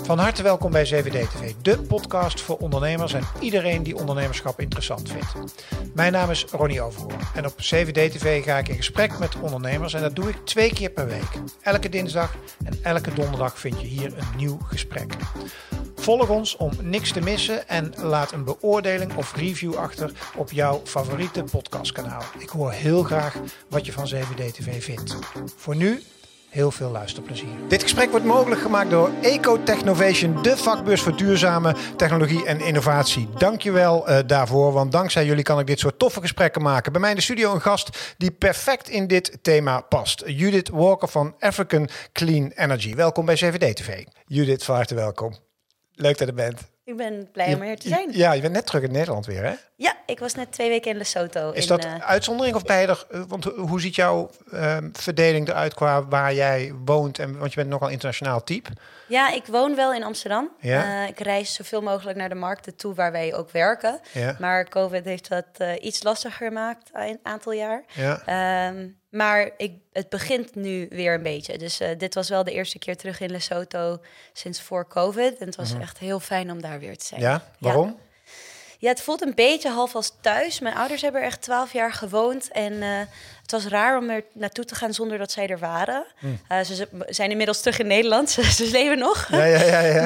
Van harte welkom bij CVD-TV, de podcast voor ondernemers en iedereen die ondernemerschap interessant vindt. Mijn naam is Ronnie Overhoorn en op CVD-TV ga ik in gesprek met ondernemers en dat doe ik 2 keer per week. Elke dinsdag en elke donderdag vind je hier een nieuw gesprek. Volg ons om niks te missen en laat een beoordeling of review achter op jouw favoriete podcastkanaal. Ik hoor heel graag wat je van CVD-TV vindt. Voor nu, heel veel luisterplezier. Dit gesprek wordt mogelijk gemaakt door Ecotechnovation, de vakbeurs voor duurzame technologie en innovatie. Dankjewel daarvoor, want dankzij jullie kan ik dit soort toffe gesprekken maken. Bij mij in de studio een gast die perfect in dit thema past. Judith Walker van African Clean Energy. Welkom bij CVD-TV. Judith, van harte welkom. Leuk dat je er bent. Ik ben blij om hier te zijn. Ja, je bent net terug in Nederland weer, hè? Ja, ik was net 2 weken in Lesotho. Is dat uitzondering of ben je er? Want hoe ziet jouw verdeling eruit qua waar jij woont? Want je bent nogal internationaal type. Ja, ik woon wel in Amsterdam. Ja? Ik reis zoveel mogelijk naar de markten toe waar wij ook werken. Ja. Maar COVID heeft dat iets lastiger gemaakt een aantal jaar. Ja. Maar het begint nu weer een beetje. Dus dit was wel de eerste keer terug in Lesotho sinds voor COVID. En het was echt heel fijn om daar weer te zijn. Ja, waarom? Ja, het voelt een beetje half als thuis. Mijn ouders hebben er echt 12 jaar gewoond. En het was raar om er naartoe te gaan zonder dat zij er waren. Ze zijn inmiddels terug in Nederland. Ze leven nog. Ja.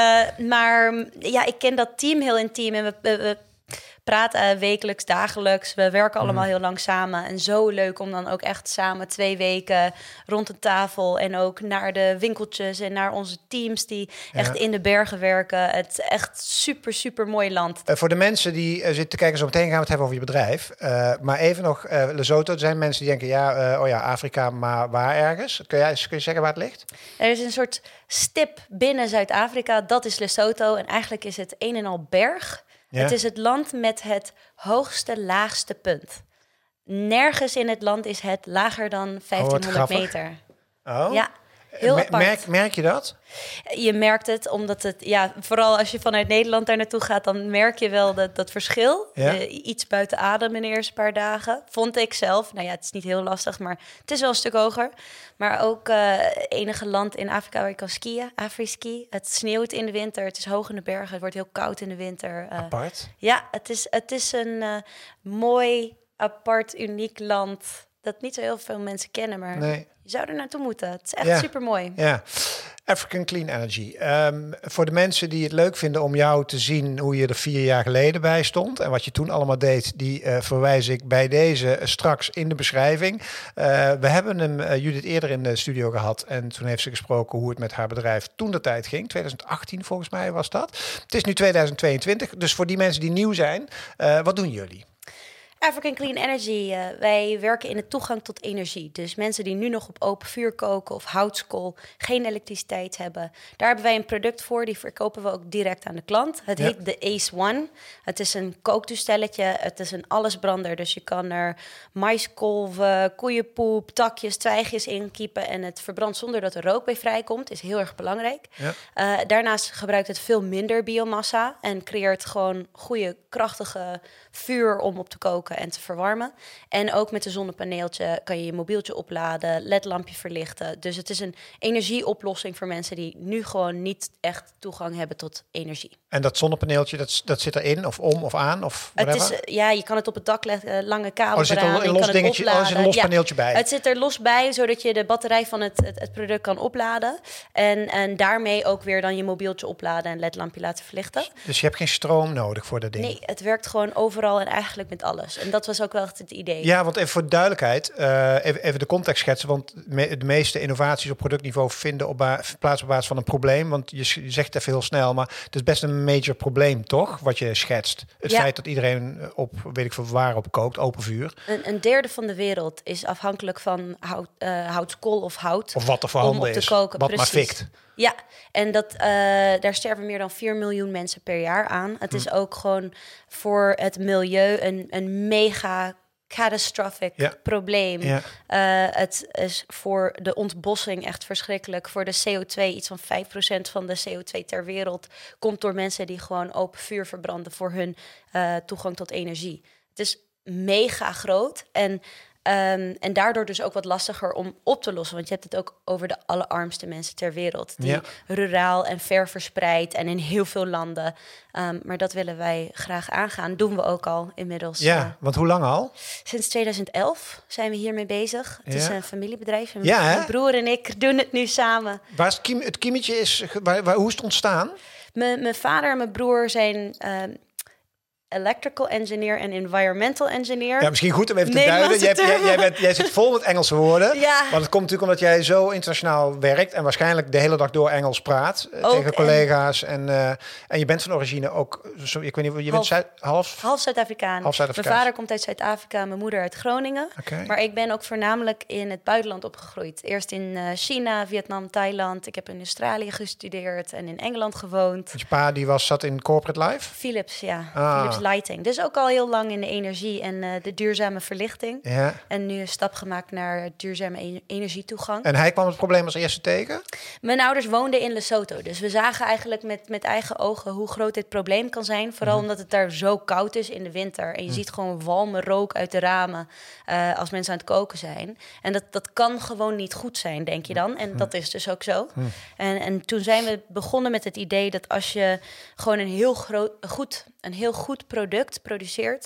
Maar ja, ik ken dat team heel intiem. En we praten wekelijks, dagelijks. We werken allemaal heel lang samen. En zo leuk om dan ook echt samen 2 weken rond de tafel... en ook naar de winkeltjes en naar onze teams die echt in de bergen werken. Het is echt super, super mooi land. Voor de mensen die zitten te kijken, zo meteen gaan we het hebben over je bedrijf. Maar even nog, Lesotho, er zijn mensen die denken... Afrika, maar waar ergens? Kun je zeggen waar het ligt? Er is een soort stip binnen Zuid-Afrika, dat is Lesotho. En eigenlijk is het een en al berg... Ja. Het is het land met het hoogste, laagste punt. Nergens in het land is het lager dan 1500 meter. Oh? Ja, heel apart. Merk je dat? Je merkt het, omdat het... Ja, vooral als je vanuit Nederland daar naartoe gaat... dan merk je wel dat verschil. Ja? Iets buiten adem in de eerste paar dagen. Vond ik zelf. Nou ja, het is niet heel lastig, maar het is wel een stuk hoger. Maar ook enige land in Afrika waar je kan skiën. Afri-ski. Het sneeuwt in de winter. Het is hoog in de bergen. Het wordt heel koud in de winter. Apart? Ja, het is een mooi, apart, uniek land... dat niet zo heel veel mensen kennen, maar je zou er naartoe moeten. Het is echt super mooi. Ja, African Clean Energy. Voor de mensen die het leuk vinden om jou te zien hoe je er 4 jaar geleden bij stond en wat je toen allemaal deed, die verwijs ik bij deze straks in de beschrijving. We hebben hem Judith eerder in de studio gehad en toen heeft ze gesproken hoe het met haar bedrijf toen de tijd ging. 2018 volgens mij was dat. Het is nu 2022, dus voor die mensen die nieuw zijn, wat doen jullie? African Clean Energy, wij werken in de toegang tot energie. Dus mensen die nu nog op open vuur koken of houtskool, geen elektriciteit hebben. Daar hebben wij een product voor, die verkopen we ook direct aan de klant. Het heet de Ace One. Het is een kooktoestelletje, het is een allesbrander. Dus je kan er maiskolven, koeienpoep, takjes, twijgjes in kiepen. En het verbrandt zonder dat er rook bij vrijkomt, is heel erg belangrijk. Ja. Daarnaast gebruikt het veel minder biomassa en creëert gewoon goede, krachtige vuur om op te koken en te verwarmen. En ook met een zonnepaneeltje kan je je mobieltje opladen, LED-lampje verlichten. Dus het is een energieoplossing voor mensen die nu gewoon niet echt toegang hebben tot energie. En dat zonnepaneeltje, dat zit erin of om of aan of whatever? Het is, je kan het op het dak leggen, lange kabel er zit een los dingetje, er zit een los paneeltje bij. Het zit er los bij, zodat je de batterij van het product kan opladen. En daarmee ook weer dan je mobieltje opladen en LED-lampje laten verlichten. Dus je hebt geen stroom nodig voor dat ding? Nee, het werkt gewoon overal en eigenlijk met alles. En dat was ook wel echt het idee. Ja, want even voor de duidelijkheid, even de context schetsen. Want de meeste innovaties op productniveau vinden plaats op basis van een probleem. Want je zegt het even heel snel, maar het is best een major probleem, toch? Wat je schetst. Het feit dat iedereen op, weet ik veel waar, op kookt, open vuur. Een derde van de wereld is afhankelijk van houtskool of hout. Of wat er voorhanden is. Wat precies. Maar fikt. Ja, en daar sterven meer dan 4 miljoen mensen per jaar aan. Het is ook gewoon voor het milieu een mega catastrophic probleem. Ja. Het is voor de ontbossing echt verschrikkelijk. Voor de CO2, iets van 5% van de CO2 ter wereld komt door mensen die gewoon open vuur verbranden voor hun toegang tot energie. Het is mega groot en En daardoor dus ook wat lastiger om op te lossen. Want je hebt het ook over de allerarmste mensen ter wereld. Die ruraal en ver verspreid en in heel veel landen. Maar dat willen wij graag aangaan. Doen we ook al inmiddels. Ja, want hoe lang al? Sinds 2011 zijn we hiermee bezig. Het is een familiebedrijf. En Ja, mijn broer en ik doen het nu samen. Waar is het kiemetje is, hoe is het ontstaan? Mijn vader en mijn broer zijn electrical engineer en environmental engineer. Ja, misschien goed om even te duiden. Jij zit vol met Engelse woorden. Ja. Want het komt natuurlijk omdat jij zo internationaal werkt en waarschijnlijk de hele dag door Engels praat tegen collega's. En je bent van origine ook, ik weet niet, je bent half Zuid-Afrikaan. Mijn vader komt uit Zuid-Afrika, mijn moeder uit Groningen. Okay. Maar ik ben ook voornamelijk in het buitenland opgegroeid. Eerst in China, Vietnam, Thailand. Ik heb in Australië gestudeerd en in Engeland gewoond. Je pa zat in corporate life? Philips, ja. Philips Lighting. Dus ook al heel lang in de energie en de duurzame verlichting. Ja. En nu een stap gemaakt naar duurzame energietoegang. En hij kwam het probleem als eerste tegen? Mijn ouders woonden in Lesotho. Dus we zagen eigenlijk met eigen ogen hoe groot dit probleem kan zijn. Vooral omdat het daar zo koud is in de winter. En je ziet gewoon walme rook uit de ramen als mensen aan het koken zijn. En dat kan gewoon niet goed zijn, denk je dan. En dat is dus ook zo. En toen zijn we begonnen met het idee dat als je gewoon een heel goed product produceert,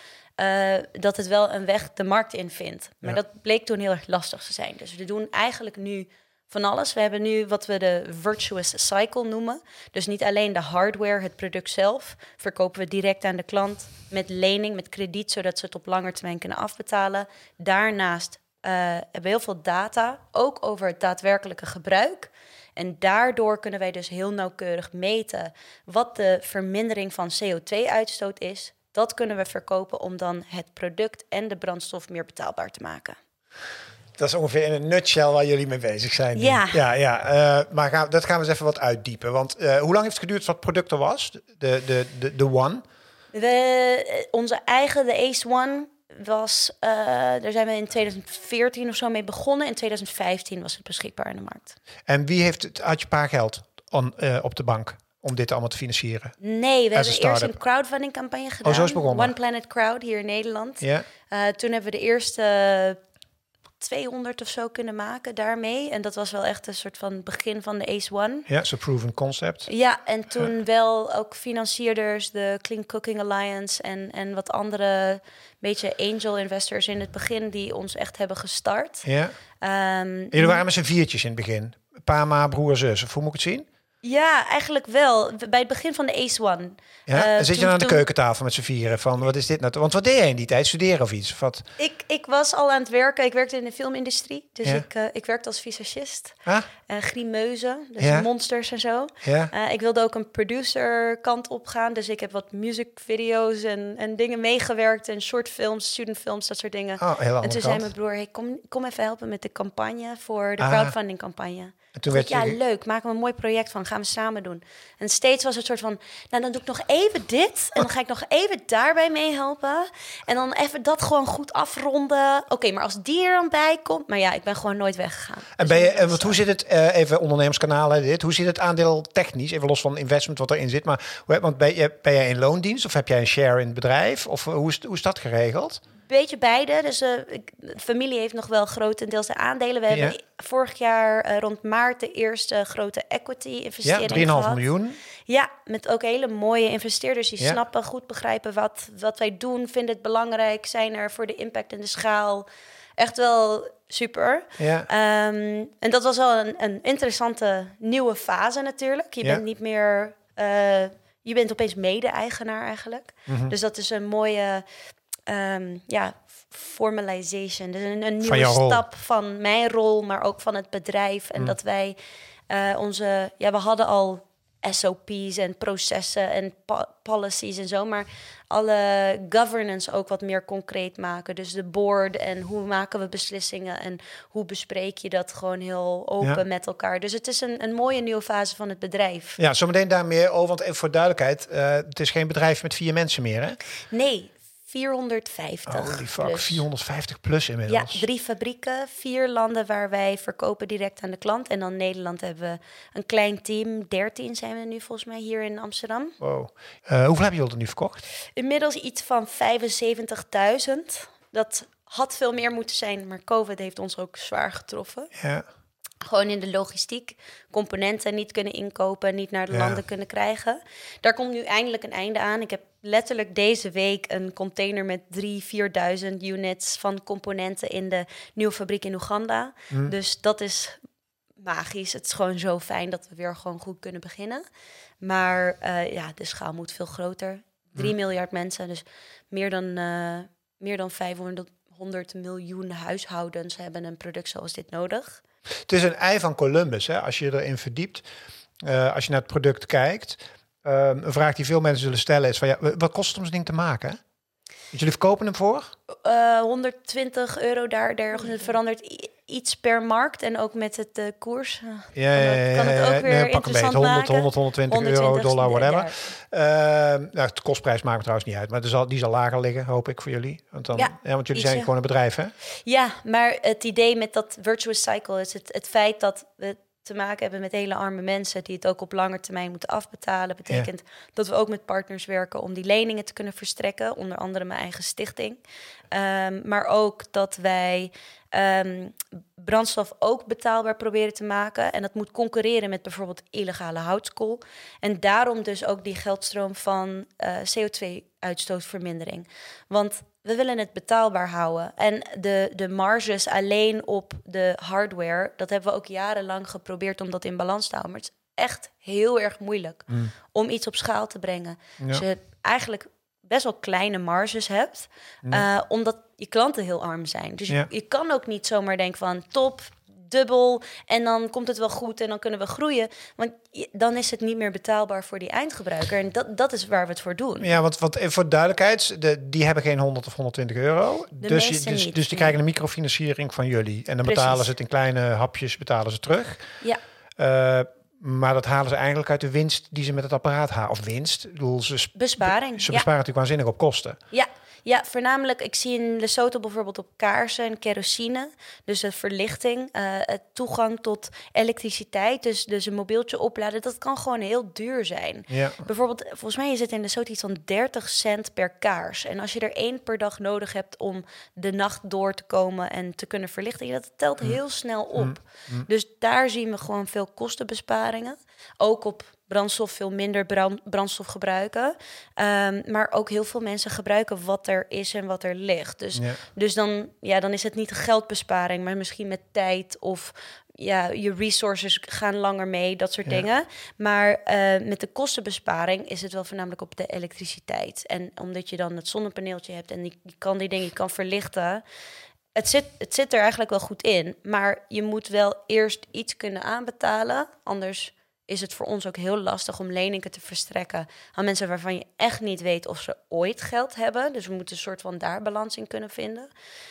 dat het wel een weg de markt in vindt. Maar dat bleek toen heel erg lastig te zijn. Dus we doen eigenlijk nu van alles. We hebben nu wat we de virtuous cycle noemen. Dus niet alleen de hardware, het product zelf, verkopen we direct aan de klant met lening, met krediet, zodat ze het op lange termijn kunnen afbetalen. Daarnaast hebben we heel veel data, ook over het daadwerkelijke gebruik. En daardoor kunnen wij dus heel nauwkeurig meten wat de vermindering van CO2-uitstoot is. Dat kunnen we verkopen om dan het product en de brandstof meer betaalbaar te maken. Dat is ongeveer in een nutshell waar jullie mee bezig zijn. Ja. Maar dat gaan we eens even wat uitdiepen. Want hoe lang heeft het geduurd wat het product er was? De One? Onze eigen, de Ace One, daar zijn we in 2014 of zo mee begonnen. In 2015 was het beschikbaar in de markt. En wie heeft het uit je pa geld op de bank om dit allemaal te financieren? Nee, we hebben eerst een crowdfunding campagne gedaan. Zo is het begonnen. One Planet Crowd hier in Nederland. Ja. Toen hebben we de eerste 200 of zo kunnen maken daarmee. En dat was wel echt een soort van begin van de Ace One. Ja, zo proven concept. Ja, en toen wel ook financierders, de Clean Cooking Alliance en wat andere beetje angel investors in het begin die ons echt hebben gestart. Ja. Jullie waren met z'n viertjes in het begin. Pa, ma, broer, zus. Of hoe moet ik het zien? Ja, eigenlijk wel. Bij het begin van de Ace One. Ja? En zit je dan aan de keukentafel met z'n vieren van wat is dit nou? Want wat deed jij in die tijd? Studeren of iets? Of wat? Ik was al aan het werken. Ik werkte in de filmindustrie. Dus ik werkte als visagist. Grimeuzen, dus monsters en zo. Ja. Ik wilde ook een producer kant op gaan. Dus ik heb wat musicvideo's en dingen meegewerkt. En shortfilms, studentfilms, dat soort dingen. En toen zei mijn broer, hey, kom even helpen met de campagne voor de crowdfunding campagne. En toen werd leuk, maken we een mooi project van, gaan we samen doen. En steeds was het soort van, nou dan doe ik nog even dit en dan ga ik nog even daarbij meehelpen. En dan even dat gewoon goed afronden. Oké, maar als die er dan bij komt, maar ja, ik ben gewoon nooit weggegaan. En dus hoe zit het, even ondernemerskanalen dit, hoe zit het aandeel technisch, even los van investment wat erin zit, maar want ben jij in loondienst of heb jij een share in het bedrijf? Of hoe is dat geregeld? Beetje beide. Dus de familie heeft nog wel grotendeels de aandelen. We hebben vorig jaar rond maart de eerste grote equity-investering gehad. 3,5 miljoen. Ja, met ook hele mooie investeerders die snappen, goed begrijpen wat wij doen, vinden het belangrijk, zijn er voor de impact en de schaal. Echt wel super. Ja. En dat was wel een interessante nieuwe fase natuurlijk. Je bent niet meer... je bent opeens mede-eigenaar eigenlijk. Mm-hmm. Dus dat is een mooie... formalization. Dus een nieuwe stap van mijn rol, maar ook van het bedrijf. En dat wij we hadden al SOP's en processen en policies en zo, maar alle governance ook wat meer concreet maken. Dus de board en hoe maken we beslissingen en hoe bespreek je dat gewoon heel open met elkaar. Dus het is een mooie nieuwe fase van het bedrijf. Ja, zometeen daar meer over, want even voor duidelijkheid, het is geen bedrijf met 4 mensen meer, hè? Nee. 450. Holy fuck, plus. 450 plus inmiddels. Ja, 3 fabrieken, 4 landen waar wij verkopen direct aan de klant. En dan Nederland hebben we een klein team. 13 zijn we nu volgens mij hier in Amsterdam. Wow. Hoeveel hebben jullie er nu verkocht? Inmiddels iets van 75.000. Dat had veel meer moeten zijn, maar COVID heeft ons ook zwaar getroffen. Ja. Gewoon in de logistiek, componenten niet kunnen inkopen, niet naar de landen kunnen krijgen. Daar komt nu eindelijk een einde aan. Ik heb letterlijk deze week een container met 4.000 units van componenten in de nieuwe fabriek in Oeganda. Dus dat is magisch. Het is gewoon zo fijn dat we weer gewoon goed kunnen beginnen. Maar de schaal moet veel groter. 3 miljard mensen, dus meer dan 500 miljoen huishoudens hebben een product zoals dit nodig. Het is een ei van Columbus, hè? Als je erin verdiept. Als je naar het product kijkt. Een vraag die veel mensen zullen stellen is van wat kost het om zo'n ding te maken? Hè? Jullie verkopen hem voor? €120 daar ergens. Het verandert iets per markt en ook met het koers. Kan het ook weer interessant maken. 120 euro, dollar, whatever. De kostprijs maakt me trouwens niet uit, maar die zal lager liggen, hoop ik, voor jullie. Want want jullie zijn gewoon een bedrijf, hè? Ja, maar het idee met dat virtuous cycle is het feit dat we te maken hebben met hele arme mensen die het ook op lange termijn moeten afbetalen. Betekent dat we ook met partners werken om die leningen te kunnen verstrekken. Onder andere mijn eigen stichting. Maar ook dat wij brandstof ook betaalbaar proberen te maken. En dat moet concurreren met bijvoorbeeld illegale houtskool. En daarom dus ook die geldstroom van CO2-uitstootvermindering. Want we willen het betaalbaar houden. En de marges alleen op de hardware, dat hebben we ook jarenlang geprobeerd om dat in balans te houden. Maar het is echt heel erg moeilijk om iets op schaal te brengen. Ja. Dus je eigenlijk best wel kleine marges hebt, omdat je klanten heel arm zijn. Dus je kan ook niet zomaar denken van top, dubbel en dan komt het wel goed en dan kunnen we groeien. Want dan is het niet meer betaalbaar voor die eindgebruiker. En dat is waar we het voor doen. Ja, want voor duidelijkheid, die hebben geen 100 of 120 euro. Dus die krijgen een microfinanciering van jullie. En dan betalen ze het in kleine hapjes, betalen ze terug. Ja. Maar dat halen ze eigenlijk uit de winst die ze met het apparaat halen. Of winst, ik bedoel, besparing. Ze besparen natuurlijk waanzinnig op kosten. Ja, voornamelijk, ik zie in Lesotho bijvoorbeeld op kaarsen en kerosine. Dus de verlichting, het toegang tot elektriciteit. Dus een mobieltje opladen, dat kan gewoon heel duur zijn. Ja. Bijvoorbeeld, volgens mij is het in Lesotho iets van 30 cent per kaars. En als je er 1 per dag nodig hebt om de nacht door te komen en te kunnen verlichten, dat telt heel snel op. Dus daar zien we gewoon veel kostenbesparingen. Ook op brandstof, veel minder brandstof gebruiken. Maar ook heel veel mensen gebruiken wat er is en wat er ligt. Dus dan is het niet een geldbesparing, maar misschien met tijd of je resources gaan langer mee, dat soort dingen. Maar met de kostenbesparing is het wel voornamelijk op de elektriciteit. En omdat je dan het zonnepaneeltje hebt en je kan verlichten. Het zit er eigenlijk wel goed in, maar je moet wel eerst iets kunnen aanbetalen, anders is het voor ons ook heel lastig om leningen te verstrekken aan mensen waarvan je echt niet weet of ze ooit geld hebben. Dus we moeten een soort van daar balans in kunnen vinden.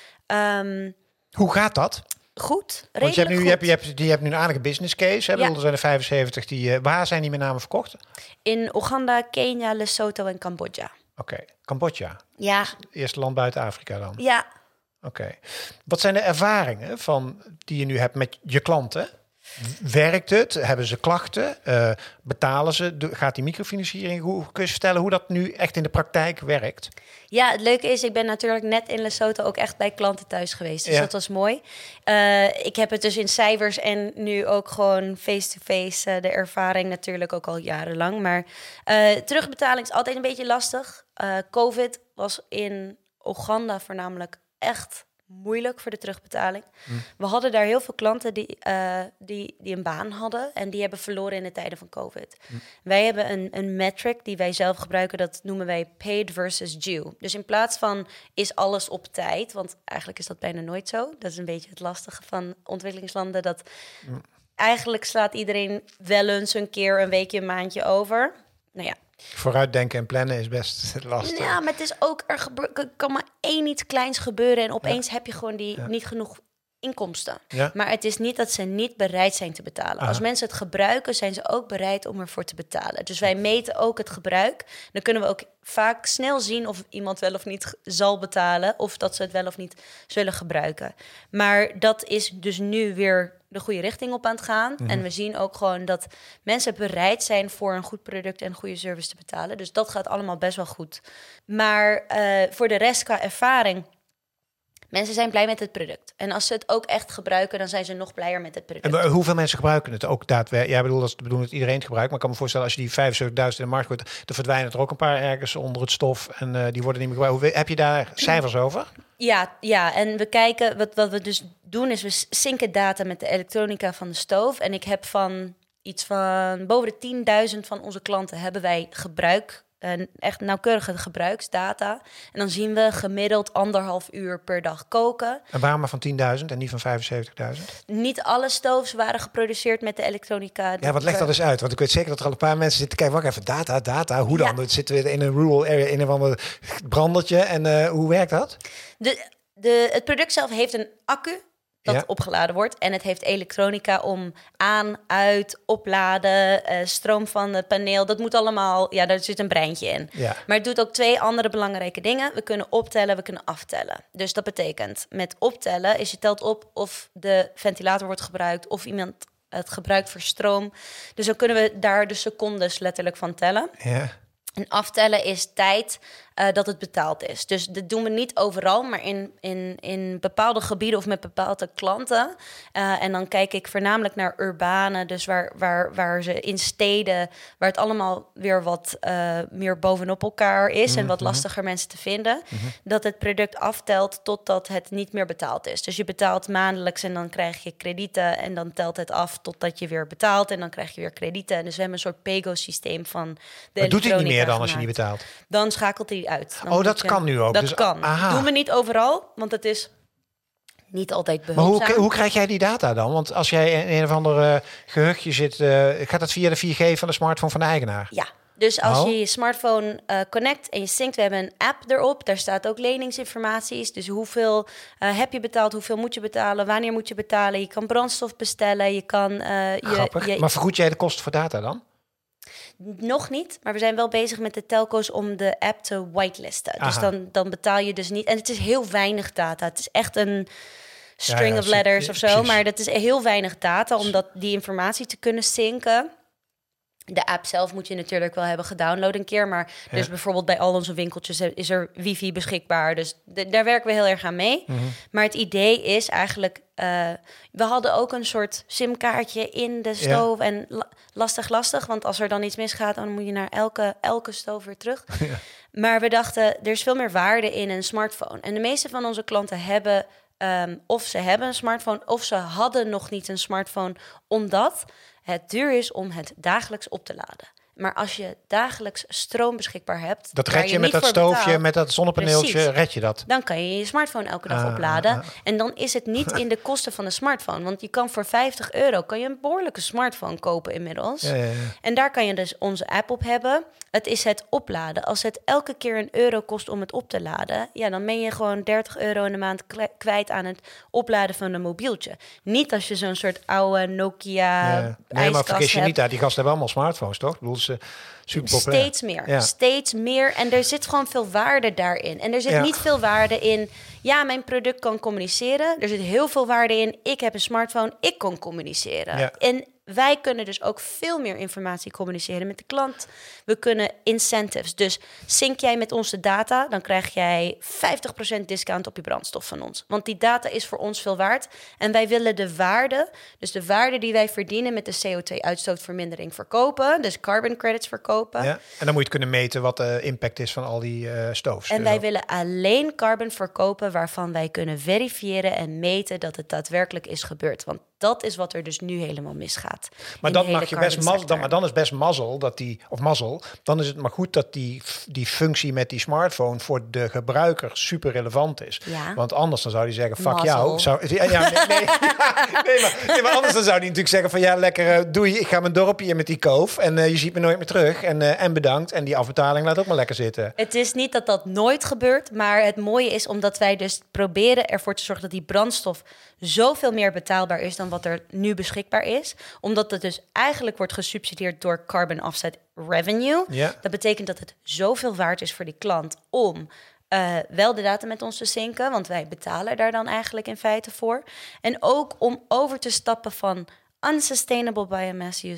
Hoe gaat dat? Goed, redelijk goed. Je hebt nu een aardige business case. Hè? Ja. Er zijn er 75 waar zijn die met name verkocht? In Oeganda, Kenia, Lesotho en Cambodja. Oké, Cambodja. Ja. Het eerste land buiten Afrika dan? Ja. Oké. Wat zijn de ervaringen die je nu hebt met je klanten? Werkt het? Hebben ze klachten? Betalen ze? Gaat die microfinanciering? Kun je vertellen hoe dat nu echt in de praktijk werkt? Ja, het leuke is, ik ben natuurlijk net in Lesotho ook echt bij klanten thuis geweest. Dus dat was mooi. Ik heb het dus in cijfers en nu ook gewoon face-to-face de ervaring natuurlijk ook al jarenlang. Maar terugbetaling is altijd een beetje lastig. COVID was in Oeganda voornamelijk echt moeilijk voor de terugbetaling. We hadden daar heel veel klanten die een baan hadden en die hebben verloren in de tijden van COVID. Wij hebben een metric die wij zelf gebruiken, dat noemen wij paid versus due. Dus in plaats van is alles op tijd, want eigenlijk is dat bijna nooit zo. Dat is een beetje het lastige van ontwikkelingslanden, dat eigenlijk slaat iedereen wel eens een keer een weekje, een maandje over. Nou ja. Vooruitdenken en plannen is best lastig. Ja, maar het is ook, er kan maar één iets kleins gebeuren en opeens heb je gewoon niet genoeg inkomsten. Ja. Maar het is niet dat ze niet bereid zijn te betalen. Als mensen het gebruiken, zijn ze ook bereid om ervoor te betalen. Dus wij meten ook het gebruik. Dan kunnen we ook vaak snel zien of iemand wel of niet zal betalen, of dat ze het wel of niet zullen gebruiken. Maar dat is dus nu weer de goede richting op aan het gaan. En we zien ook gewoon dat mensen bereid zijn voor een goed product en goede service te betalen. Dus dat gaat allemaal best wel goed. Maar voor de rest qua ervaring, Mensen zijn blij met het product. En als ze het ook echt gebruiken, dan zijn ze nog blijer met het product. En hoeveel mensen gebruiken het ook daadwerkelijk? Ja, dat is de bedoeling dat iedereen het gebruikt. Maar ik kan me voorstellen, als je die 75.000 in de markt gooit, dan verdwijnen er ook een paar ergens onder het stof. En die worden niet meer gebruikt. Heb je daar cijfers over? Ja, en we kijken, wat we dus doen, is we synken data met de elektronica van de stoof. En ik heb van iets van boven de 10.000 van onze klanten hebben wij echt nauwkeurige gebruiksdata. En dan zien we gemiddeld 1,5 uur per dag koken. En waarom maar van 10.000 en niet van 75.000? Niet alle stoves waren geproduceerd met de elektronica. Ja, wat legt dat eens uit? Want ik weet zeker dat er al een paar mensen zitten kijken. Wacht even, data. Hoe dan? Zitten we in een rural area, in een of ander brandertje. En hoe werkt dat? Het product zelf heeft een accu dat opgeladen wordt. En het heeft elektronica om aan, uit, opladen, stroom van het paneel. Dat moet allemaal, daar zit een breintje in. Ja. Maar het doet ook 2 andere belangrijke dingen. We kunnen optellen, we kunnen aftellen. Dus dat betekent, met optellen is je telt op of de ventilator wordt gebruikt, of iemand het gebruikt voor stroom. Dus dan kunnen we daar de secondes letterlijk van tellen. Ja. En aftellen is tijd dat het betaald is. Dus dat doen we niet overal, maar in bepaalde gebieden of met bepaalde klanten. En dan kijk ik voornamelijk naar urbane, dus waar ze in steden, waar het allemaal weer wat meer bovenop elkaar is en wat lastiger mensen te vinden, dat het product aftelt totdat het niet meer betaald is. Dus je betaalt maandelijks en dan krijg je kredieten en dan telt het af totdat je weer betaalt en dan krijg je weer kredieten. En dus we hebben een soort PEGO-systeem van de elektronica. Doet hij niet meer dan als je niet betaalt? Dan schakelt hij uit. Dan dat kan nu ook. Dat dus, kan. Dat doen we niet overal, want het is niet altijd behulpzaam. Maar hoe krijg jij die data dan? Want als jij in een of ander gehuchtje zit, gaat dat via de 4G van de smartphone van de eigenaar? Ja. Dus als je je smartphone connect en je synct, we hebben een app erop. Daar staat ook leningsinformaties. Dus hoeveel heb je betaald, hoeveel moet je betalen, wanneer moet je betalen. Je kan brandstof bestellen, je kan... Maar vergoed jij de kosten voor data dan? Nog niet, maar we zijn wel bezig met de telco's om de app te whitelisten. Dus dan betaal je dus niet... En het is heel weinig data. Het is echt een string of letters of zo. Precies. Maar dat is heel weinig data om die informatie te kunnen synken. De app zelf moet je natuurlijk wel hebben gedownload een keer. Maar dus bijvoorbeeld bij al onze winkeltjes is er wifi beschikbaar. Dus daar werken we heel erg aan mee. Maar het idee is eigenlijk... we hadden ook een soort simkaartje in de stoof. Ja. En lastig. Want als er dan iets misgaat, dan moet je naar elke stoof weer terug. Ja. Maar we dachten, er is veel meer waarde in een smartphone. En de meeste van onze klanten hebben... of ze hebben een smartphone, of ze hadden nog niet een smartphone, omdat het duur is om het dagelijks op te laden. Maar als je dagelijks stroom beschikbaar hebt... Dat red je met dat stoofje, betaalt, met dat zonnepaneeltje, precies, red je dat. Dan kan je je smartphone elke dag opladen. En dan is het niet in de kosten van de smartphone. Want je kan voor €50 kan je een behoorlijke smartphone kopen inmiddels. Ja. En daar kan je dus onze app op hebben. Het is het opladen. Als het elke keer €1 kost om het op te laden... dan ben je gewoon €30 in de maand kwijt aan het opladen van een mobieltje. Niet als je zo'n soort oude Nokia Nee, maar vergis je niet, die gasten hebben allemaal smartphones, toch? Ik bedoel, ze super populair. Steeds meer. En er zit gewoon veel waarde daarin. En er zit niet veel waarde in... Ja, mijn product kan communiceren. Er zit heel veel waarde in. Ik heb een smartphone, ik kan communiceren. Ja. En wij kunnen dus ook veel meer informatie communiceren met de klant. We kunnen incentives. Dus sync jij met onze data, dan krijg jij 50% discount op je brandstof van ons. Want die data is voor ons veel waard. En wij willen de waarde, dus de waarde die wij verdienen met de CO2-uitstootvermindering verkopen. Dus carbon credits verkopen. Ja. En dan moet je het kunnen meten wat de impact is van al die stoves. En wij willen alleen carbon verkopen waarvan wij kunnen verifiëren en meten dat het daadwerkelijk is gebeurd. Want dat is wat er dus nu helemaal misgaat. Maar dan mag je best dan is best mazzel dat dan is het maar goed dat die functie met die smartphone voor de gebruiker super relevant is. Ja. Want anders dan zou die zeggen, fuck jou. Maar anders dan zou die natuurlijk zeggen van ja, lekker doei, ik ga mijn dorpje in met die koof en je ziet me nooit meer terug en bedankt en die afbetaling laat ook maar lekker zitten. Het is niet dat dat nooit gebeurt, maar het mooie is omdat wij dus proberen ervoor te zorgen dat die brandstof zoveel meer betaalbaar is dan wat er nu beschikbaar is. Omdat het dus eigenlijk wordt gesubsidieerd door carbon offset revenue. Ja. Dat betekent dat het zoveel waard is voor die klant om wel de data met ons te synken, want wij betalen daar dan eigenlijk in feite voor. En ook om over te stappen van unsustainable biomass use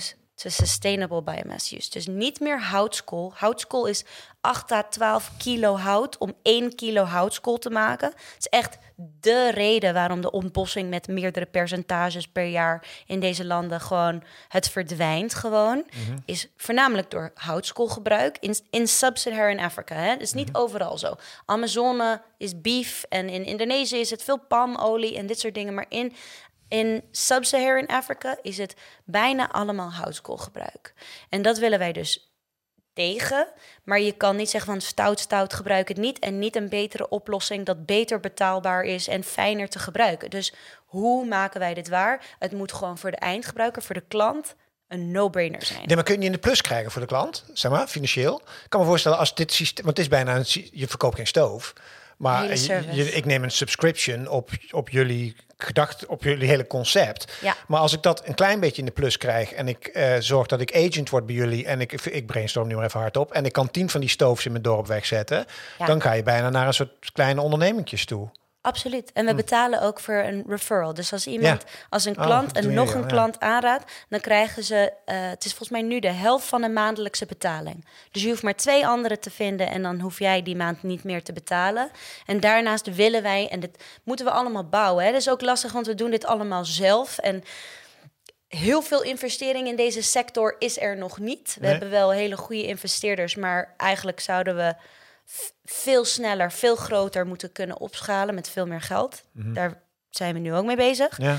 to sustainable biomass use. Dus niet meer houtskool. Houtskool is 8 à 12 kilo hout om 1 kilo houtskool te maken. Het is echt de reden waarom de ontbossing met meerdere percentages per jaar in deze landen gewoon het verdwijnt gewoon. Is voornamelijk door houtskoolgebruik in Sub-Saharan Africa. Hè? Dus niet overal zo. Amazone is beef en in Indonesië is het veel palmolie en dit soort dingen. Maar in Sub-Saharan Africa is het bijna allemaal houtskoolgebruik. En dat willen wij dus tegen. Maar je kan niet zeggen van stout, gebruik het niet. En niet een betere oplossing dat beter betaalbaar is en fijner te gebruiken. Dus hoe maken wij dit waar? Het moet gewoon voor de eindgebruiker, voor de klant, een no-brainer zijn. Nee, maar kun je niet in de plus krijgen voor de klant, zeg maar, financieel? Ik kan me voorstellen als dit systeem, want het is bijna je verkoopt geen stoof. Maar ik neem een subscription op jullie gedacht, op jullie hele concept. Ja. Maar als ik dat een klein beetje in de plus krijg en ik zorg dat ik agent word bij jullie en ik brainstorm nu maar even hardop en ik kan 10 van die stoofs in mijn dorp wegzetten, dan ga je bijna naar een soort kleine ondernemingjes toe. Absoluut. En we betalen ook voor een referral. Dus als iemand, als een klant een klant aanraadt, dan krijgen ze, het is volgens mij nu de helft van een maandelijkse betaling. Dus je hoeft maar 2 anderen te vinden en dan hoef jij die maand niet meer te betalen. En daarnaast willen wij, en dit moeten we allemaal bouwen. Hè. Dat is ook lastig, want we doen dit allemaal zelf. En heel veel investering in deze sector is er nog niet. We hebben wel hele goede investeerders, maar eigenlijk zouden we veel sneller, veel groter moeten kunnen opschalen met veel meer geld. Daar zijn we nu ook mee bezig. Ja.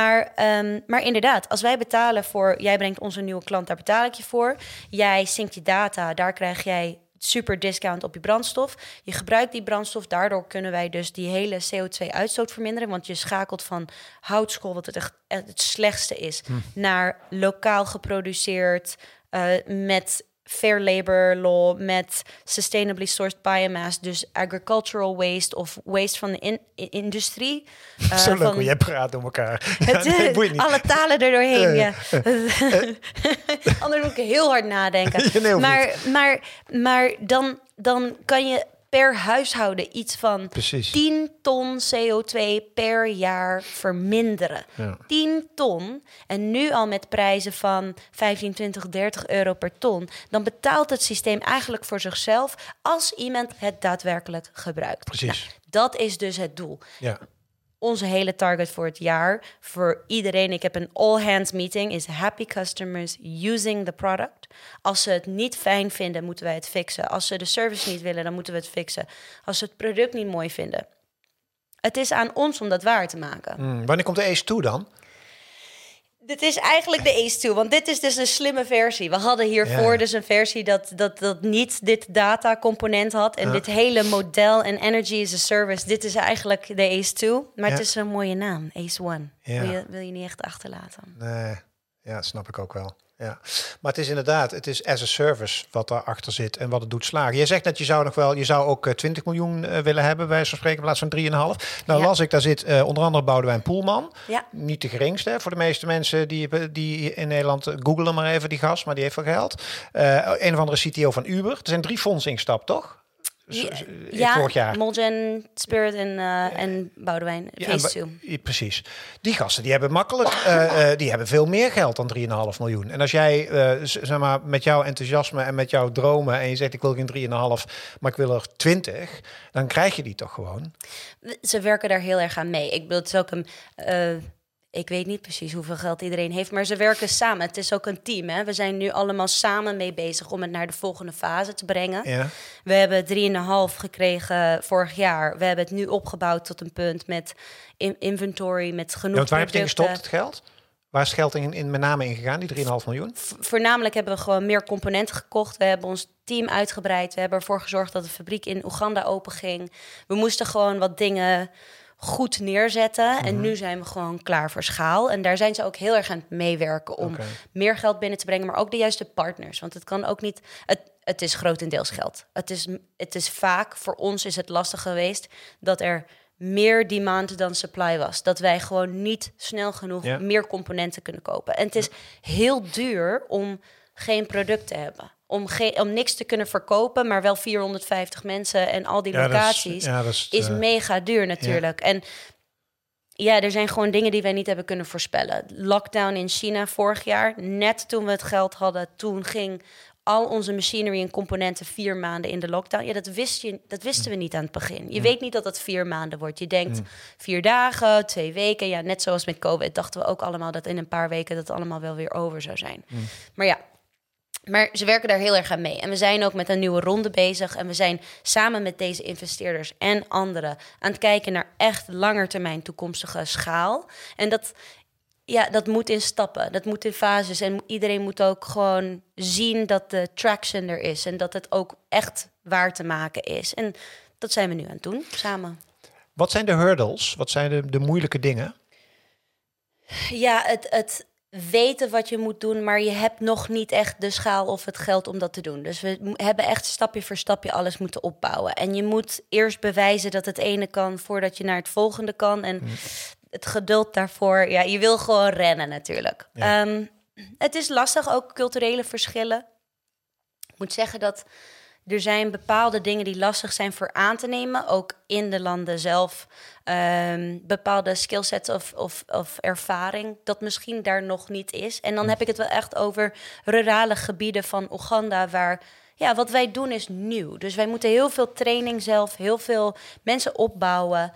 Maar inderdaad, als wij betalen voor, jij brengt onze nieuwe klant, daar betaal ik je voor. Jij synct je data, daar krijg jij super discount op je brandstof. Je gebruikt die brandstof, daardoor kunnen wij dus die hele CO2-uitstoot verminderen, want je schakelt van houtskool, wat het echt het slechtste is, naar lokaal geproduceerd, met fair labor law, met sustainably sourced biomass, dus agricultural waste of waste van de industrie. Zo leuk hoe jij praat door elkaar. Alle talen er doorheen, ja. Anders moet ik heel hard nadenken. Maar dan kan je per huishouden iets van 10 ton CO2 per jaar verminderen. Ja. 10 ton. En nu al met prijzen van 15, 20, 30 euro per ton. Dan betaalt het systeem eigenlijk voor zichzelf als iemand het daadwerkelijk gebruikt. Precies. Nou, dat is dus het doel. Ja. Onze hele target voor het jaar, voor iedereen, ik heb een all-hands meeting, is happy customers using the product. Als ze het niet fijn vinden, moeten wij het fixen. Als ze de service niet willen, dan moeten we het fixen. Als ze het product niet mooi vinden. Het is aan ons om dat waar te maken. Wanneer komt de Ace 2 dan? Dit is eigenlijk de Ace 2, want dit is dus een slimme versie. We hadden hiervoor dus een versie dat niet dit data-component had. En dit hele model en energy as a service, dit is eigenlijk de Ace 2. Maar het is een mooie naam, Ace 1. Ja. Wil je niet echt achterlaten. Nee, ja, dat snap ik ook wel. Ja, maar het is inderdaad, het is as a service wat daarachter zit en wat het doet slagen. Je zegt dat je zou ook 20 miljoen willen hebben, bij zo'n spreken, in plaats van 3,5. Nou las ik, daar zit onder andere Boudewijn Poelman. Ja. Niet de geringste voor de meeste mensen die in Nederland, Google hem maar even, die gast, maar die heeft wel geld. Een of andere CTO van Uber. Er zijn 3 fondsen ingestapt, toch? Vorig jaar. Molgen, Spirit en Boudewijn. Precies. Die gasten die hebben makkelijk, die hebben veel meer geld dan 3,5 miljoen. En als jij, zeg maar, met jouw enthousiasme en met jouw dromen en je zegt ik wil geen 3,5, maar ik wil er 20, dan krijg je die toch gewoon. Ze werken daar heel erg aan mee. Ik bedoel, het is ook een. Ik weet niet precies hoeveel geld iedereen heeft, maar ze werken samen. Het is ook een team. Hè? We zijn nu allemaal samen mee bezig om het naar de volgende fase te brengen. Ja. We hebben 3,5 gekregen vorig jaar. We hebben het nu opgebouwd tot een punt met inventory, met genoeg want waar heb je in gestopt, het geld? Waar is het geld in met name ingegaan, die 3,5 miljoen? Voornamelijk hebben we gewoon meer componenten gekocht. We hebben ons team uitgebreid. We hebben ervoor gezorgd dat de fabriek in Oeganda open ging. We moesten gewoon wat dingen goed neerzetten. En nu zijn we gewoon klaar voor schaal. En daar zijn ze ook heel erg aan het meewerken om meer geld binnen te brengen, maar ook de juiste partners. Want het kan ook niet. Het is grotendeels geld. Het is vaak, voor ons is het lastig geweest dat er meer demand dan supply was. Dat wij gewoon niet snel genoeg meer componenten kunnen kopen. En het is heel duur om geen product te hebben. Om niks te kunnen verkopen, maar wel 450 mensen en al die locaties, is mega duur natuurlijk. Ja. En Ja, er zijn gewoon dingen die wij niet hebben kunnen voorspellen. Lockdown in China vorig jaar, net toen we het geld hadden, toen ging al onze machinery en componenten 4 maanden in de lockdown. Ja, dat wisten we niet aan het begin. Je weet niet dat het 4 maanden wordt. Je denkt 4 dagen, 2 weken. Ja, net zoals met COVID dachten we ook allemaal dat in een paar weken dat allemaal wel weer over zou zijn. Maar ze werken daar heel erg aan mee. En we zijn ook met een nieuwe ronde bezig. En we zijn samen met deze investeerders en anderen aan het kijken naar echt langetermijn toekomstige schaal. En dat moet in stappen, dat moet in fases. En iedereen moet ook gewoon zien dat de traction er is. En dat het ook echt waar te maken is. En dat zijn we nu aan het doen, samen. Wat zijn de hurdles? Wat zijn de moeilijke dingen? Ja, het weten wat je moet doen, maar je hebt nog niet echt de schaal of het geld om dat te doen. Dus we hebben echt stapje voor stapje alles moeten opbouwen. En je moet eerst bewijzen dat het ene kan voordat je naar het volgende kan. En het geduld daarvoor, ja, je wil gewoon rennen natuurlijk. Ja. Het is lastig, ook culturele verschillen. Ik moet zeggen dat er zijn bepaalde dingen die lastig zijn voor aan te nemen, ook in de landen zelf. Bepaalde skillsets of ervaring dat misschien daar nog niet is. En dan heb ik het wel echt over rurale gebieden van Oeganda, waar wat wij doen is nieuw. Dus wij moeten heel veel training zelf, heel veel mensen opbouwen.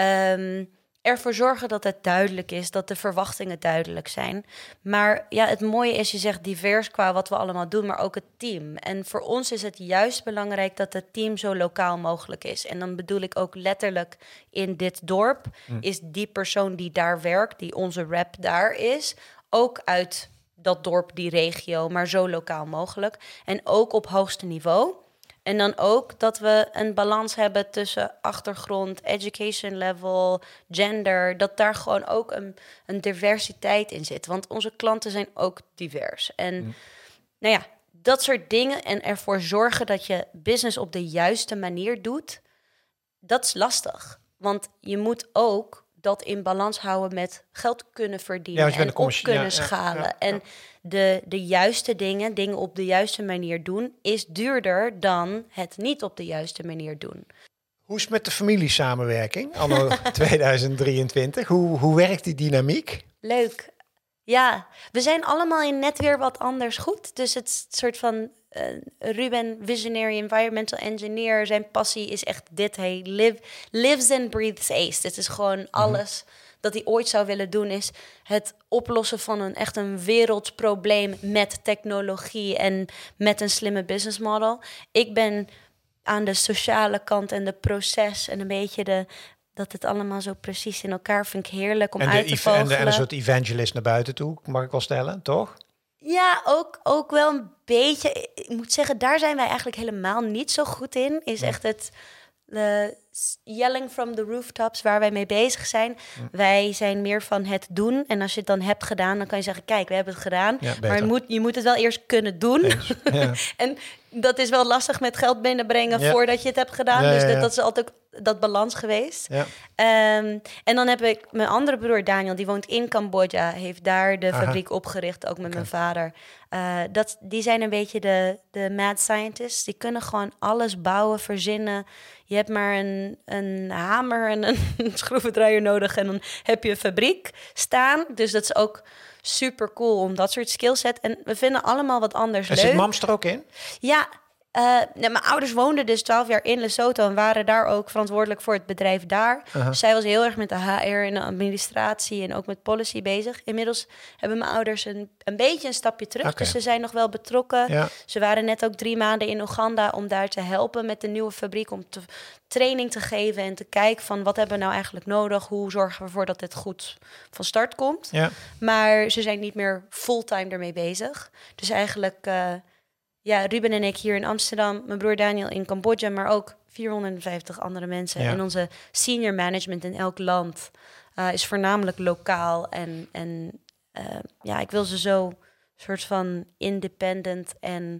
Ervoor zorgen dat het duidelijk is, dat de verwachtingen duidelijk zijn. Maar ja, het mooie is, je zegt divers qua wat we allemaal doen, maar ook het team. En voor ons is het juist belangrijk dat het team zo lokaal mogelijk is. En dan bedoel ik ook letterlijk in dit dorp is die persoon die daar werkt, die onze rep daar is, ook uit dat dorp, die regio, maar zo lokaal mogelijk. En ook op hoogste niveau. En dan ook dat we een balans hebben tussen achtergrond, education level, gender. Dat daar gewoon ook een diversiteit in zit. Want onze klanten zijn ook divers. En dat soort dingen en ervoor zorgen dat je business op de juiste manier doet, dat is lastig. Want je moet ook dat in balans houden met geld kunnen verdienen en op kunnen schalen. En de juiste dingen op de juiste manier doen, is duurder dan het niet op de juiste manier doen. Hoe is het met de familiesamenwerking anno 2023? Hoe werkt die dynamiek? Leuk. Ja, we zijn allemaal in net weer wat anders goed. Dus het is een soort van Ruben, visionary environmental engineer. Zijn passie is echt dit. Hij lives and breathes ACE. Dit is gewoon alles dat hij ooit zou willen doen, is het oplossen van een werelds probleem met technologie en met een slimme business model. Ik ben aan de sociale kant en de proces en een beetje dat het allemaal zo precies in elkaar vind ik heerlijk om uit te vogelen. En een soort evangelist naar buiten toe, mag ik wel stellen, toch? Ja, ook wel een beetje. Ik moet zeggen, daar zijn wij eigenlijk helemaal niet zo goed in. Is echt het yelling from the rooftops waar wij mee bezig zijn. Wij zijn meer van het doen. En als je het dan hebt gedaan, dan kan je zeggen, kijk, we hebben het gedaan. Ja, maar je moet het wel eerst kunnen doen. Ja. En dat is wel lastig met geld binnenbrengen voordat je het hebt gedaan. Ja, dus dat is altijd dat balans geweest. Ja. En dan heb ik mijn andere broer Daniel, die woont in Cambodja, heeft daar de fabriek opgericht, ook met mijn vader. Die zijn een beetje de mad scientists. Die kunnen gewoon alles bouwen, verzinnen. Je hebt maar een hamer en een schroevendraaier nodig en dan heb je een fabriek staan. Dus dat is ook super cool om dat soort skillset. En we vinden allemaal wat anders leuk. En zit Mams er ook in? Ja, mijn ouders woonden dus 12 jaar in Lesotho en waren daar ook verantwoordelijk voor het bedrijf daar. Dus zij was heel erg met de HR en de administratie en ook met policy bezig. Inmiddels hebben mijn ouders een beetje een stapje terug. Dus ze zijn nog wel betrokken. Ja. Ze waren net ook 3 maanden in Oeganda om daar te helpen met de nieuwe fabriek, om training te geven en te kijken van wat hebben we nou eigenlijk nodig? Hoe zorgen we ervoor dat dit goed van start komt? Ja. Maar ze zijn niet meer fulltime ermee bezig. Dus eigenlijk Ruben en ik hier in Amsterdam, mijn broer Daniel in Cambodja, maar ook 450 andere mensen. Ja. En onze senior management in elk land is voornamelijk lokaal. En ik wil ze zo soort van independent en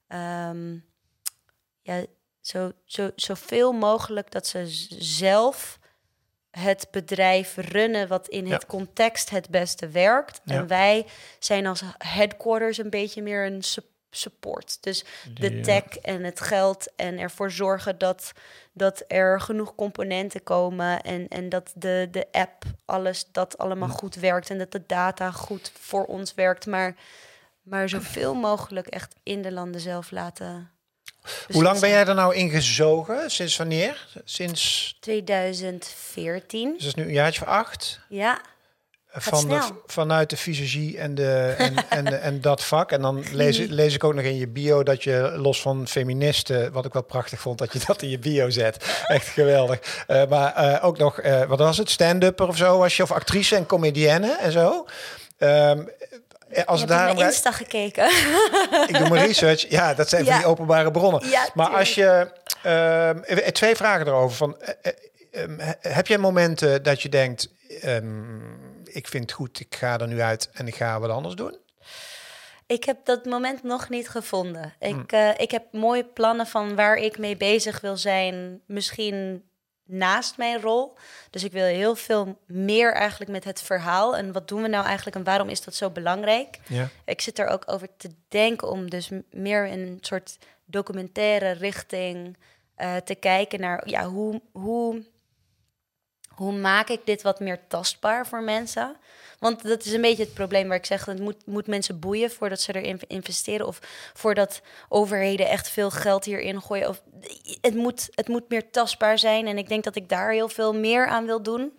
zoveel mogelijk dat ze zelf het bedrijf runnen wat in het context het beste werkt. Ja. En wij zijn als headquarters een beetje meer een support. Dus de tech en het geld en ervoor zorgen dat er genoeg componenten komen en dat de app, dat allemaal goed werkt en dat de data goed voor ons werkt. Maar zoveel mogelijk echt in de landen zelf laten. Hoe lang ben jij er nou ingezogen? Sinds wanneer? Sinds 2014. Dus dat is nu een jaartje of 8. Ja. Vanuit de fysiologie en dat vak. En dan lees ik ook nog in je bio dat je los van feministen, wat ik wel prachtig vond dat je dat in je bio zet. Echt geweldig. Maar ook nog, wat was het? Stand-upper of zo was je? Of actrice en comedienne en zo. Als je hebt naar Insta gekeken. Ik doe mijn research. Ja, dat zijn van die openbare bronnen. Ja, maar als je... 2 vragen erover. Heb jij momenten dat je denkt... ik vind het goed, ik ga er nu uit en ik ga wat anders doen? Ik heb dat moment nog niet gevonden. Ik heb mooie plannen van waar ik mee bezig wil zijn. Misschien naast mijn rol. Dus ik wil heel veel meer eigenlijk met het verhaal. En wat doen we nou eigenlijk en waarom is dat zo belangrijk? Ja. Ik zit er ook over te denken om dus meer in een soort documentaire richting te kijken naar hoe maak ik dit wat meer tastbaar voor mensen? Want dat is een beetje het probleem waar ik zeg... het moet mensen boeien voordat ze erin investeren... of voordat overheden echt veel geld hierin gooien. Of, het moet meer tastbaar zijn. En ik denk dat ik daar heel veel meer aan wil doen.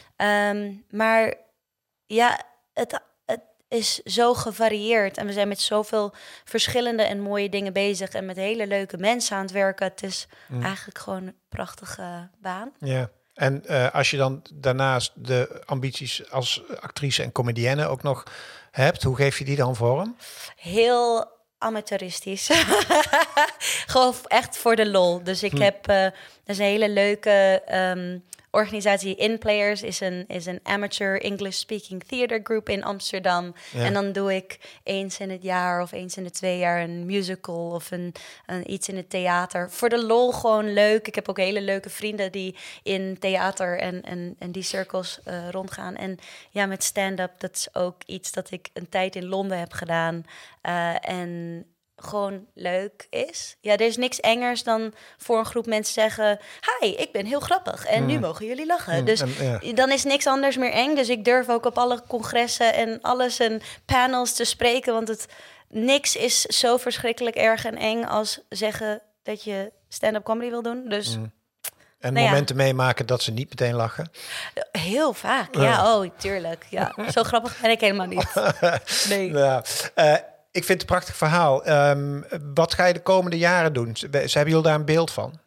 Maar ja, het is zo gevarieerd. En we zijn met zoveel verschillende en mooie dingen bezig... en met hele leuke mensen aan het werken. Het is eigenlijk gewoon een prachtige baan. Ja. En als je dan daarnaast de ambities als actrice en comedienne ook nog hebt, hoe geef je die dan vorm? Heel amateuristisch. Gewoon echt voor de lol. Dus ik heb dat is een hele leuke organisatie. InPlayers is een amateur English speaking theater group in Amsterdam. Ja. En dan doe ik eens in het jaar of eens in de 2 jaar een musical of een iets in het theater. Voor de lol gewoon leuk. Ik heb ook hele leuke vrienden die in theater en die cirkels rondgaan. En ja, met stand-up, dat is ook iets dat ik een tijd in Londen heb gedaan. En gewoon leuk is. Ja, er is niks engers dan voor een groep mensen zeggen... Hi, ik ben heel grappig en nu mogen jullie lachen. Dus dan is niks anders meer eng. Dus ik durf ook op alle congressen en alles en panels te spreken... want niks is zo verschrikkelijk erg en eng als zeggen dat je stand-up comedy wil doen. Dus... En momenten meemaken dat ze niet meteen lachen? Heel vaak, tuurlijk. Ja. Zo grappig ben ik helemaal niet. Nee. Ja. Ik vind het een prachtig verhaal. Wat ga je de komende jaren doen? Hebben jullie daar een beeld van?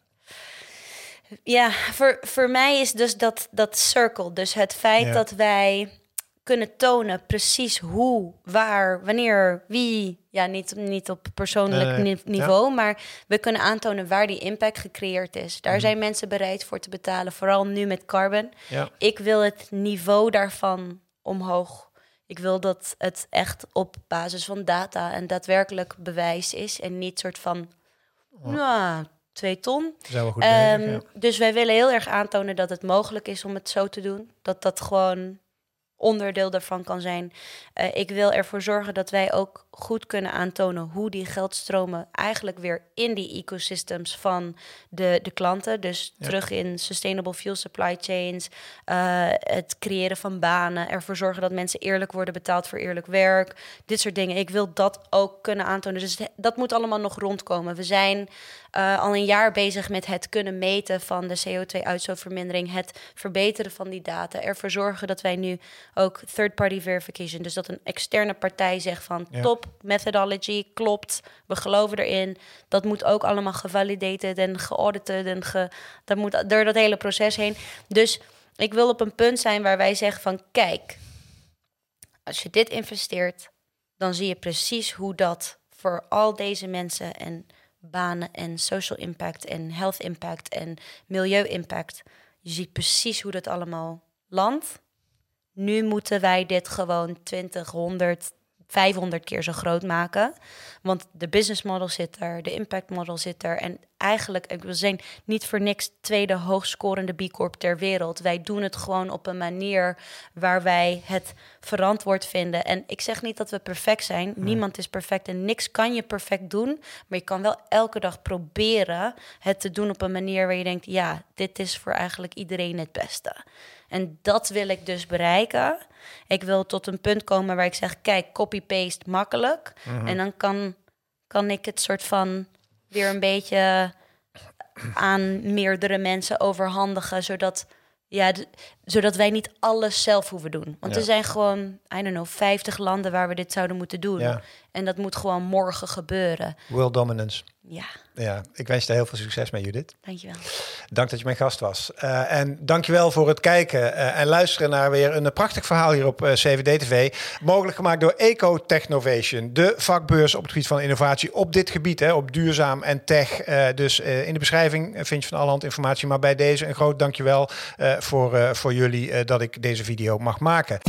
Ja, voor mij is dus dat circle. Dus het feit dat wij kunnen tonen precies hoe, waar, wanneer, wie. Ja, niet op persoonlijk niveau, maar we kunnen aantonen waar die impact gecreëerd is. Daar zijn mensen bereid voor te betalen, vooral nu met Carbon. Ja. Ik wil het niveau daarvan omhoog. Ik wil dat het echt op basis van data en daadwerkelijk bewijs is en niet soort van 2 ton. Zou goed bezig, Dus wij willen heel erg aantonen dat het mogelijk is om het zo te doen. Dat gewoon onderdeel daarvan kan zijn. Ik wil ervoor zorgen dat wij ook goed kunnen aantonen hoe die geldstromen eigenlijk weer in die ecosystems van de klanten, dus terug in sustainable fuel supply chains, het creëren van banen, ervoor zorgen dat mensen eerlijk worden betaald voor eerlijk werk, dit soort dingen. Ik wil dat ook kunnen aantonen. Dus dat moet allemaal nog rondkomen. We zijn al een jaar bezig met het kunnen meten van de CO2-uitstootvermindering, het verbeteren van die data, ervoor zorgen dat wij nu ook third-party verification, dus dat een externe partij zegt van top, methodology, klopt, we geloven erin. Dat moet ook allemaal gevalidated en geaudited en dat moet door dat hele proces heen. Dus ik wil op een punt zijn waar wij zeggen van kijk, als je dit investeert, dan zie je precies hoe dat voor al deze mensen en banen en social impact en health impact en milieu impact, je ziet precies hoe dat allemaal landt. Nu moeten wij dit gewoon 20, 100, 500 keer zo groot maken. Want de business model zit er, de impact model zit er. En eigenlijk, we zijn niet voor niks tweede hoogscorende B Corp ter wereld. Wij doen het gewoon op een manier waar wij het verantwoord vinden. En ik zeg niet dat we perfect zijn. Niemand is perfect en niks kan je perfect doen. Maar je kan wel elke dag proberen het te doen op een manier waar je denkt, ja, dit is voor eigenlijk iedereen het beste. En dat wil ik dus bereiken. Ik wil tot een punt komen waar ik zeg, kijk, copy-paste makkelijk. En dan kan ik het soort van weer een beetje aan meerdere mensen overhandigen, zodat wij niet alles zelf hoeven doen. Want er zijn gewoon, 50 landen waar we dit zouden moeten doen. Ja. En dat moet gewoon morgen gebeuren. World dominance. Ja, ik wens je heel veel succes mee, Judith. Dankjewel. Dank dat je mijn gast was. En dankjewel voor het kijken en luisteren naar weer een prachtig verhaal hier op CVD TV. Mogelijk gemaakt door Ecotechnovation, de vakbeurs op het gebied van innovatie op dit gebied, op duurzaam en tech. Dus in de beschrijving vind je van allerhand informatie. Maar bij deze een groot dankjewel voor jullie dat ik deze video mag maken.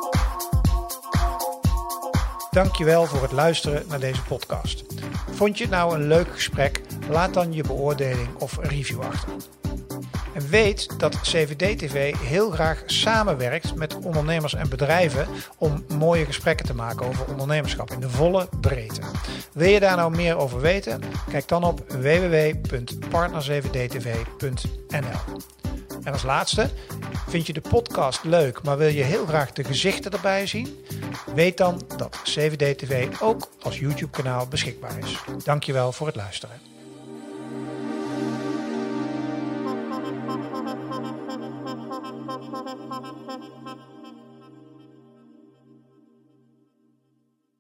Dankjewel voor het luisteren naar deze podcast. Vond je het nou een leuk gesprek? Laat dan je beoordeling of review achter. En weet dat CVD-TV heel graag samenwerkt met ondernemers en bedrijven om mooie gesprekken te maken over ondernemerschap in de volle breedte. Wil je daar nou meer over weten? Kijk dan op www.partnercvdtv.nl. En als laatste, vind je de podcast leuk, maar wil je heel graag de gezichten erbij zien? Weet dan dat CVD-TV ook als YouTube-kanaal beschikbaar is. Dankjewel voor het luisteren.